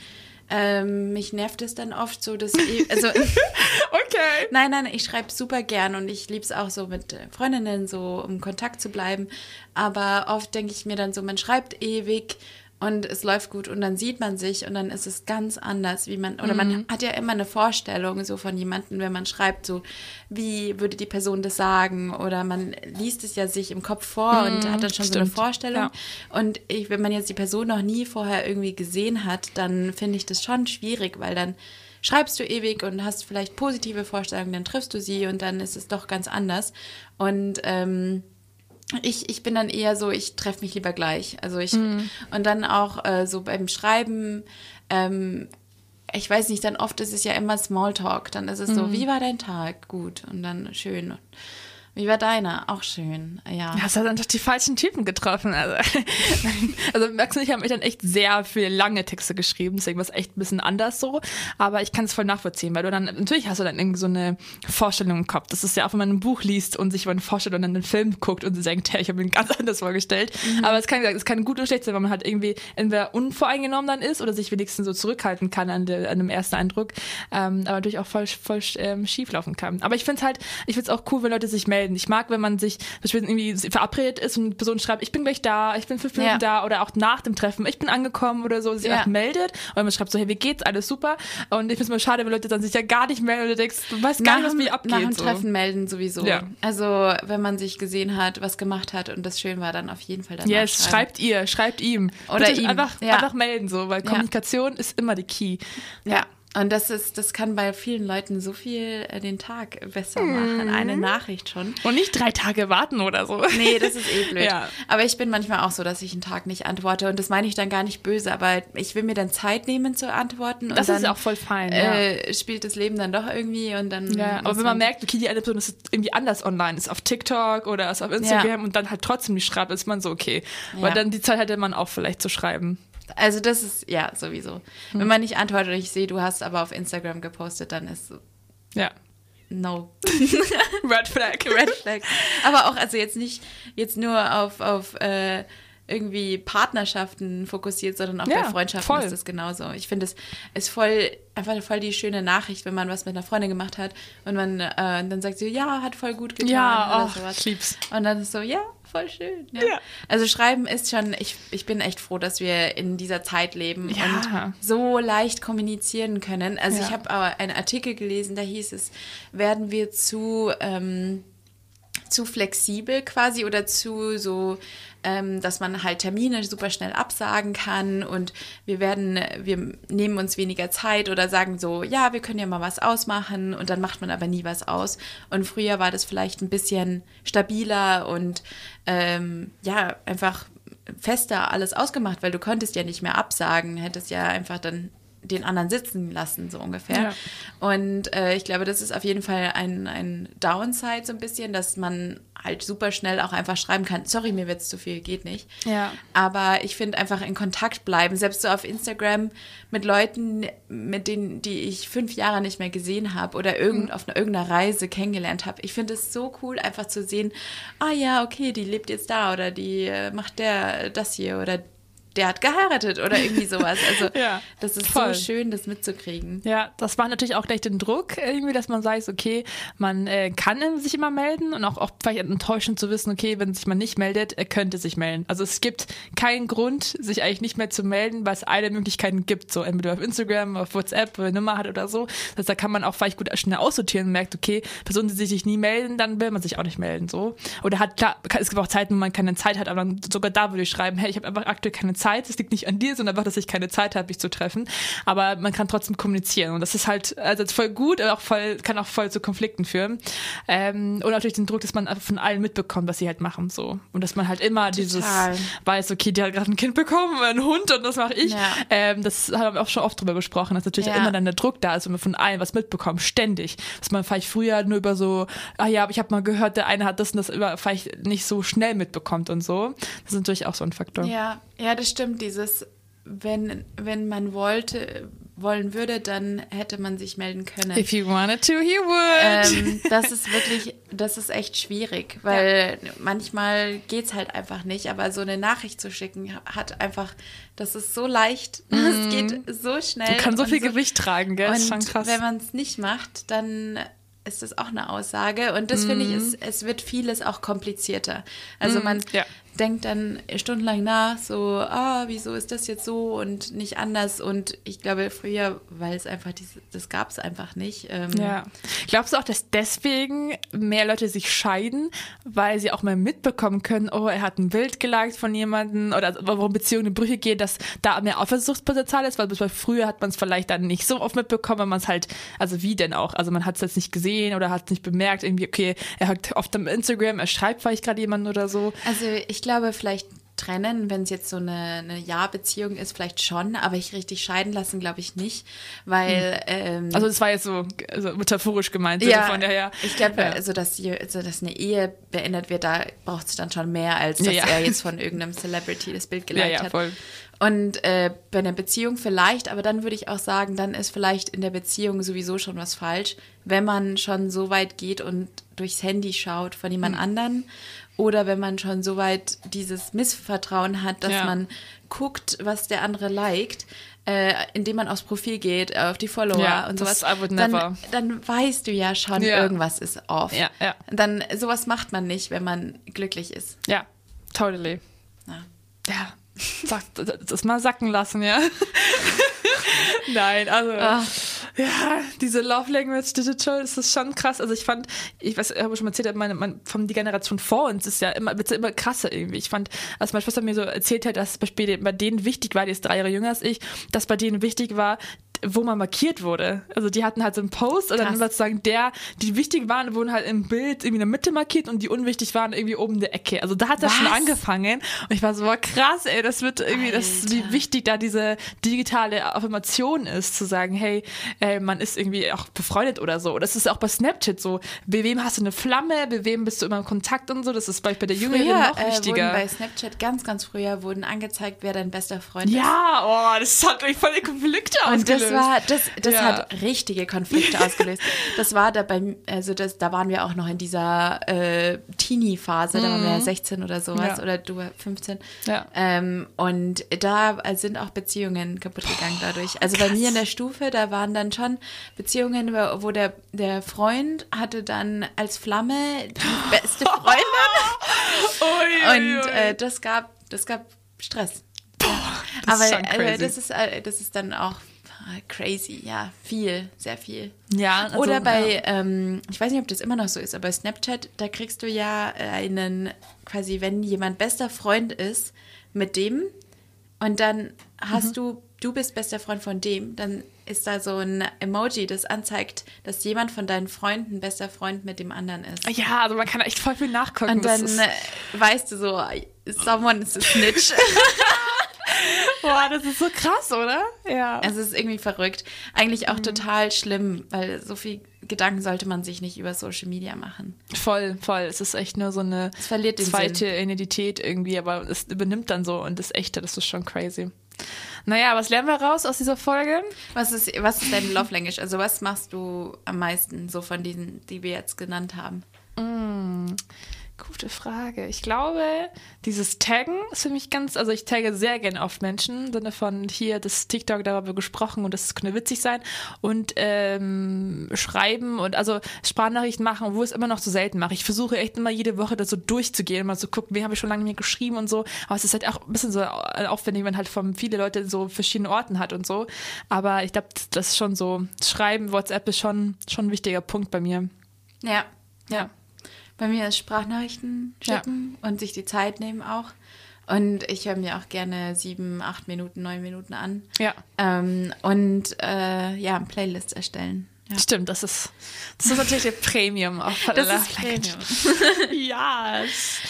B: ähm, mich nervt es dann oft so, dass ich, also
A: Okay.
B: nein, nein, ich schreibe super gern und ich liebe es auch so mit äh, Freundinnen so, um Kontakt zu bleiben. Aber oft denke ich mir dann so, man schreibt ewig und es läuft gut und dann sieht man sich und dann ist es ganz anders, wie man, oder man hat ja immer eine Vorstellung so von jemandem, wenn man schreibt, so wie würde die Person das sagen oder man liest es ja sich im Kopf vor und hat dann schon so eine
A: stimmt.
B: Vorstellung.
A: Ja.
B: Und ich, wenn man jetzt die Person noch nie vorher irgendwie gesehen hat, dann finde ich das schon schwierig, weil dann schreibst du ewig und hast vielleicht positive Vorstellungen, dann triffst du sie und dann ist es doch ganz anders. Und ähm, ich, ich bin dann eher so, ich treffe mich lieber gleich. Also ich,
A: Mhm.
B: und dann auch äh, so beim Schreiben, ähm, ich weiß nicht, dann oft ist es ja immer Smalltalk. Dann ist es so, wie war dein Tag? Gut. Und dann schön. Wie war deiner? Auch schön, ja.
A: Ja, hast du dann doch die falschen Typen getroffen. Also, also Max und ich haben echt dann echt sehr viele lange Texte geschrieben, deswegen war es echt ein bisschen anders so. Aber ich kann es voll nachvollziehen, weil du dann, natürlich hast du dann irgendwie so eine Vorstellung im Kopf. Das ist ja auch, wenn man ein Buch liest und sich über eine Vorstellung und dann einen Film guckt und sie denkt, hey, ich habe mir ganz anders vorgestellt. Mhm. Aber es kann, es kann gut und schlecht sein, weil man halt irgendwie entweder unvoreingenommen dann ist oder sich wenigstens so zurückhalten kann an, de, an dem ersten Eindruck. Ähm, aber natürlich auch voll, voll ähm, schief laufen kann. Aber ich finde es halt, ich finde es auch cool, wenn Leute sich melden. melden. Ich mag, wenn man sich zum Beispiel irgendwie verabredet ist und die Person schreibt, ich bin gleich da, ich bin fünf Minuten
B: Ja.
A: da oder auch nach dem Treffen, ich bin angekommen oder so, sich
B: Ja.
A: auch meldet und man schreibt so, hey, wie geht's, alles super und ich finde es mal schade, wenn Leute dann sich ja gar nicht melden und du denkst, du weißt gar nicht, was
B: dem-
A: mit dir abgeht.
B: Nach dem
A: so.
B: Treffen melden sowieso.
A: Ja.
B: Also wenn man sich gesehen hat, was gemacht hat und das schön war, dann auf jeden Fall danach
A: Yes,
B: schreiben.
A: schreibt ihr, schreibt ihm.
B: Oder
A: Bitte
B: ihm.
A: Einfach,
B: Ja.
A: einfach melden, so, weil
B: Ja.
A: Kommunikation ist immer die Key.
B: Ja, und das ist, das kann bei vielen Leuten so viel äh, den Tag besser machen. Eine Nachricht schon.
A: Und nicht drei Tage warten oder so.
B: Nee, das ist eh blöd.
A: Ja.
B: Aber ich bin manchmal auch so, dass ich einen Tag nicht antworte. Und das meine ich dann gar nicht böse, aber ich will mir dann Zeit nehmen zu antworten. Und
A: Das
B: dann,
A: ist auch voll fein, ja.
B: äh, spielt das Leben dann doch irgendwie und dann.
A: Ja, aber
B: muss
A: wenn man merkt, okay, die eine Person ist irgendwie anders online, ist auf TikTok oder ist auf Instagram
B: Ja.
A: und dann halt trotzdem nicht schreibt, ist man so, okay. Weil
B: Ja.
A: dann die Zeit hätte man auch vielleicht zu schreiben.
B: Also das ist, ja, sowieso.
A: Hm.
B: Wenn man nicht antwortet und ich sehe, du hast aber auf Instagram gepostet, dann ist so,
A: Ja.
B: no.
A: Red Flag.
B: Red Flag. Aber auch, also jetzt nicht, jetzt nur auf, auf äh, irgendwie Partnerschaften fokussiert, sondern auch
A: Ja,
B: bei Freundschaften
A: voll.
B: ist das genauso. Ich finde, es ist voll, einfach voll die schöne Nachricht, wenn man was mit einer Freundin gemacht hat und man äh, dann sagt sie, ja, hat voll gut getan
A: Ja,
B: oder
A: ach,
B: sowas.
A: ich lieb's.
B: Und dann ist so, ja, voll schön. Ja.
A: Ja.
B: Also schreiben ist schon, ich, ich bin echt froh, dass wir in dieser Zeit leben
A: Ja.
B: und so leicht kommunizieren können. Also
A: Ja.
B: ich habe aber einen Artikel gelesen, da hieß es, werden wir zu, ähm, zu flexibel quasi oder zu so, ähm, dass man halt Termine super schnell absagen kann und wir werden, wir nehmen uns weniger Zeit oder sagen so, ja, wir können ja mal was ausmachen und dann macht man aber nie was aus. Und früher war das vielleicht ein bisschen stabiler und ähm, ja, einfach fester alles ausgemacht, weil du konntest ja nicht mehr absagen, hättest ja einfach dann den anderen sitzen lassen, so ungefähr.
A: Ja.
B: Und äh, ich glaube, das ist auf jeden Fall ein, ein Downside so ein bisschen, dass man halt super schnell auch einfach schreiben kann, sorry, mir wird's zu viel, geht nicht.
A: Ja.
B: Aber ich finde einfach in Kontakt bleiben, selbst so auf Instagram mit Leuten, mit denen, die ich fünf Jahre nicht mehr gesehen habe oder irgend,
A: Mhm.
B: auf einer, irgendeiner Reise kennengelernt habe. Ich finde es so cool, einfach zu sehen, ah ja, okay, die lebt jetzt da oder die äh, macht der das hier oder der hat geheiratet oder irgendwie sowas. Also
A: Ja,
B: das ist
A: voll.
B: so schön, das mitzukriegen.
A: Ja, das macht natürlich auch gleich den Druck, irgendwie, dass man sagt, okay, man äh, kann sich immer melden und auch, auch vielleicht enttäuschend zu wissen, okay, wenn sich man nicht meldet, er könnte sich melden. Also es gibt keinen Grund, sich eigentlich nicht mehr zu melden, weil es alle Möglichkeiten gibt, so entweder auf Instagram, auf WhatsApp, wo eine Nummer hat oder so. Das heißt, da kann man auch vielleicht gut schnell aussortieren und merkt, okay, Personen, die sich nie melden, dann will man sich auch nicht melden, so. Oder hat, klar, es gibt auch Zeiten, wo man keine Zeit hat, aber dann sogar da würde ich schreiben, hey, ich habe einfach aktuell keine Zeit. Zeit, es liegt nicht an dir, sondern einfach, dass ich keine Zeit habe, mich zu treffen. Aber man kann trotzdem kommunizieren und das ist halt, also voll gut, aber auch voll, kann auch voll zu Konflikten führen. Ähm, und natürlich den Druck, dass man von allen mitbekommt, was sie halt machen, so. Und dass man halt immer
B: Total.
A: dieses weiß, okay, die hat gerade ein Kind bekommen, einen Hund und das mache ich.
B: Ja.
A: Ähm, das haben wir auch schon oft drüber gesprochen, dass natürlich
B: Ja.
A: immer dann der Druck da ist und man von allen was mitbekommt, ständig. Dass man vielleicht früher nur über so, ah ja, aber ich habe mal gehört, der eine hat das und das über, vielleicht nicht so schnell mitbekommt und so. Das ist natürlich auch so ein Faktor.
B: Ja, ja, das stimmt. Dieses, wenn, wenn man wollte, wollen würde, dann hätte man sich melden können.
A: If you wanted to, you would.
B: Ähm, das ist wirklich, das ist echt schwierig, weil manchmal geht's halt einfach nicht, aber so eine Nachricht zu schicken hat einfach, das ist so leicht, es geht so schnell.
A: Man kann so
B: und
A: viel Gewicht tragen, gell? Das ist schon
B: Und
A: krass.
B: wenn man es nicht macht, dann ist das auch eine Aussage und das finde ich, es, es wird vieles auch komplizierter. Also man
A: ja.
B: denkt dann stundenlang nach, so, ah, wieso ist das jetzt so und nicht anders und ich glaube früher, weil es einfach, diese, das gab es einfach nicht. Ähm,
A: Ja. Glaubst du auch, dass deswegen mehr Leute sich scheiden, weil sie auch mal mitbekommen können, oh, er hat ein Bild geliked von jemandem oder warum Beziehungen in Brüche gehen, dass da mehr Eifersuchtspotenzial ist, weil bis früher hat man es vielleicht dann nicht so oft mitbekommen, wenn man es halt, also wie denn auch, also man hat es jetzt nicht gesehen oder hat es nicht bemerkt, irgendwie, okay, er hat oft am Instagram, er schreibt vielleicht gerade jemanden oder so.
B: Also ich glaube, vielleicht trennen, wenn es jetzt so eine, eine Ja-Beziehung ist, vielleicht schon, aber ich richtig scheiden lassen, glaube ich nicht, weil ähm,
A: Also das war jetzt so also metaphorisch gemeint,
B: ja,
A: von daher.
B: ich glaube,
A: ja.
B: also, dass, je- also, dass eine Ehe beendet wird, da braucht es dann schon mehr, als dass
A: Ja, ja.
B: er jetzt von irgendeinem Celebrity das Bild
A: Ja,
B: geliked
A: ja,
B: hat.
A: voll.
B: Und äh, bei einer Beziehung vielleicht, aber dann würde ich auch sagen, dann ist vielleicht in der Beziehung sowieso schon was falsch, wenn man schon so weit geht und durchs Handy schaut von jemand mhm. anderen oder wenn man schon so weit dieses Missvertrauen hat, dass ja. man guckt, was der andere liked, äh, indem man aufs Profil geht, auf die Follower
A: ja,
B: und sowas,
A: I would never.
B: Dann, dann weißt du ja schon,
A: ja.
B: irgendwas ist off.
A: Ja, ja.
B: Dann sowas macht man nicht, wenn man glücklich ist.
A: Ja, totally.
B: Ja.
A: Ja. Sag, das mal sacken lassen, ja. Nein, also Ach. ja, diese Love Language Digital, das ist schon krass. Also ich fand, ich weiß, ich habe schon mal erzählt, meine, meine, von die Generation vor uns ist ja immer, wird's ja immer krasser irgendwie. Ich fand, als meine Schwester mir so erzählt hat, dass bei, bei denen wichtig war, die ist drei Jahre jünger als ich, dass bei denen wichtig war, wo man markiert wurde. Also die hatten halt so einen Post und dann sozusagen der, die wichtig waren, wurden halt im Bild irgendwie in der Mitte markiert und die unwichtig waren irgendwie oben in der Ecke. Also da hat das Was? schon angefangen und ich war so, krass, ey, das wird irgendwie, Alter. das wie wichtig da diese digitale Affirmation ist, zu sagen, hey, äh, man ist irgendwie auch befreundet oder so. Das ist auch bei Snapchat so, bei wem hast du eine Flamme, bei wem bist du immer im Kontakt und so, das ist bei, bei der Jüngeren noch
B: äh,
A: wichtiger.
B: Wurden bei Snapchat ganz, ganz früher wurden angezeigt, wer dein bester Freund ist.
A: Ja, oh, das hat mich voll die Konflikte ausgelöst.
B: Und das war, das, das
A: ja.
B: hat richtige Konflikte ausgelöst. Das war da bei, also das, da waren wir auch noch in dieser äh, Teenie-Phase, da waren wir ja sechzehn oder sowas,
A: ja.
B: oder du fünfzehn.
A: Ja.
B: Ähm, und da sind auch Beziehungen kaputt gegangen dadurch. Also Krass. bei mir in der Stufe, da waren dann schon Beziehungen, wo der, der Freund hatte dann als Flamme die beste Freundin.
A: ui, ui, ui.
B: Und äh, das gab, das gab Stress.
A: Boah, das
B: Aber
A: ist schon crazy.
B: Äh, das ist, äh, das ist dann auch crazy, ja, viel, sehr viel.
A: Ja, also,
B: Oder bei,
A: ja.
B: ähm, ich weiß nicht, ob das immer noch so ist, aber bei Snapchat, da kriegst du ja einen, quasi, wenn jemand bester Freund ist mit dem und dann hast mhm. du, du bist bester Freund von dem, dann ist da so ein Emoji, das anzeigt, dass jemand von deinen Freunden bester Freund mit dem anderen ist.
A: Ja, also man kann echt voll viel nachgucken.
B: Und dann das ist weißt du so, someone is a snitch.
A: Boah, das ist so krass, oder? Ja.
B: Es ist irgendwie verrückt. Eigentlich auch mhm. total schlimm, weil so viel Gedanken sollte man sich nicht über Social Media machen.
A: Voll, voll. Es ist echt nur so eine
B: es verliert den
A: zweite
B: Sinn.
A: Identität irgendwie, aber es übernimmt dann so und das Echte, das ist schon crazy. Naja, was lernen wir raus aus dieser Folge?
B: Was ist, was ist dein Love Language? Also was machst du am meisten so von diesen, die wir jetzt genannt haben?
A: Mm. Gute Frage. Ich glaube, dieses Taggen ist für mich ganz, also ich tagge sehr gerne auf Menschen, im Sinne von hier, das TikTok, darüber haben wir gesprochen und das könnte witzig sein und ähm, schreiben und also Sprachnachrichten machen, wo ich es immer noch so selten mache. Ich versuche echt immer jede Woche da so durchzugehen, mal so gucken, wen habe ich schon lange nicht mehr geschrieben und so, aber es ist halt auch ein bisschen so aufwendig, wenn man halt von viele Leute so verschiedene Orten hat und so, aber ich glaube, das ist schon so, Schreiben, WhatsApp ist schon, schon ein wichtiger Punkt bei mir.
B: Ja,
A: ja.
B: Bei mir ist Sprachnachrichten schicken ja. und sich die Zeit nehmen auch. Und ich höre mir auch gerne sieben, acht Minuten, neun Minuten an.
A: Ja.
B: Ähm, und äh, ja, Playlists erstellen. Ja.
A: Stimmt, das ist, das ist natürlich der Premium. Auch
B: das ist Premium.
A: ja.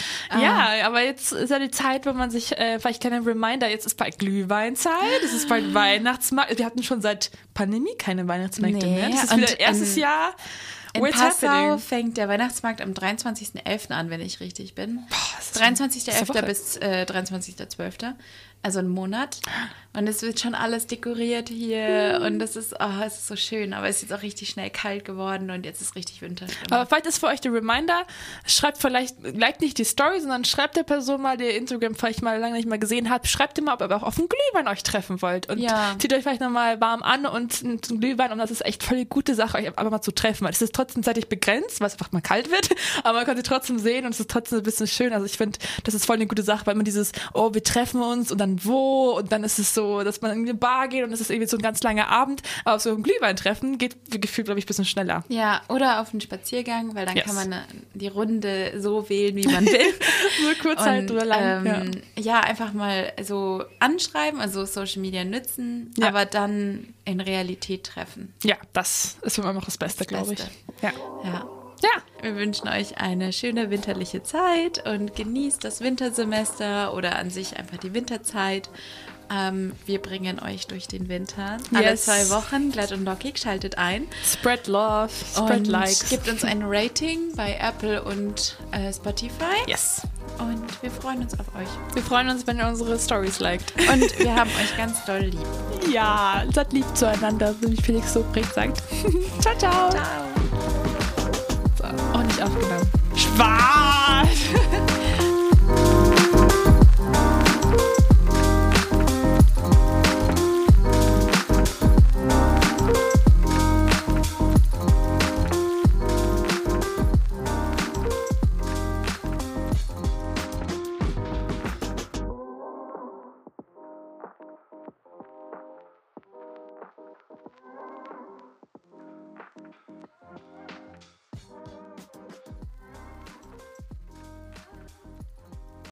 A: Ja, aber jetzt ist ja die Zeit, wo man sich, äh, vielleicht kleiner Reminder, jetzt ist bald Glühweinzeit, es ist bald Weihnachtsmarkt. Wir hatten schon seit Pandemie keine Weihnachtsmärkte
B: nee,
A: mehr. Das ist wieder erstes Jahr.
B: In
A: What's
B: Passau
A: happening?
B: fängt der Weihnachtsmarkt am dreiundzwanzigsten elften an, wenn ich richtig bin.
A: Boah,
B: dreiundzwanzigsten elften bis äh, dreiundzwanzigsten zwölften Also ein Monat. Und es wird schon alles dekoriert hier. Mhm. Und das ist, oh, es ist so schön. Aber es ist jetzt auch richtig schnell kalt geworden und jetzt ist richtig Winter.
A: Aber vielleicht ist für euch der Reminder, schreibt vielleicht, liked nicht die Story, sondern schreibt der Person mal, die Instagram vielleicht mal lange nicht mal gesehen hat, schreibt ihr mal, ob ihr auch auf einen Glühwein euch treffen wollt. Und
B: ja.
A: zieht euch vielleicht nochmal warm an und einen Glühwein. Und das ist echt voll die gute Sache, euch einfach mal zu treffen. Weil es ist trotzdem zeitlich begrenzt, weil es einfach mal kalt wird. Aber man kann sie trotzdem sehen und es ist trotzdem ein bisschen schön. Also ich finde, das ist voll eine gute Sache, weil man dieses, oh, wir treffen uns und dann wo? Und dann ist es so, dass man in eine Bar geht und es ist irgendwie so ein ganz langer Abend. Aber auf so ein Glühwein-Treffen geht gefühlt, glaube ich, ein bisschen schneller.
B: Ja, oder auf einen Spaziergang, weil dann yes. kann man die Runde so wählen, wie man will.
A: Nur kurz und, halt oder lang.
B: Ähm, ja. ja, einfach mal so anschreiben, also Social Media nützen, ja. aber dann in Realität treffen.
A: Ja, das ist immer noch das Beste, glaube ich. Ja.
B: ja.
A: Ja.
B: Wir wünschen euch eine schöne winterliche Zeit und genießt das Wintersemester oder an sich einfach die Winterzeit. Ähm, wir bringen euch durch den Winter. Alle
A: Yes.
B: zwei Wochen, glatt und lockig, schaltet ein.
A: Spread love, spread
B: Und
A: likes.
B: gebt uns ein Rating bei Apple und äh, Spotify.
A: Yes.
B: Und wir freuen uns auf euch.
A: Wir freuen uns, wenn ihr unsere Stories liked.
B: Und wir haben euch ganz doll lieb.
A: Ja, seid lieb zueinander, wie Felix Lobrecht sagt. Ciao, ciao.
B: Ciao.
A: So, auch nicht aufgenommen. Schwarz!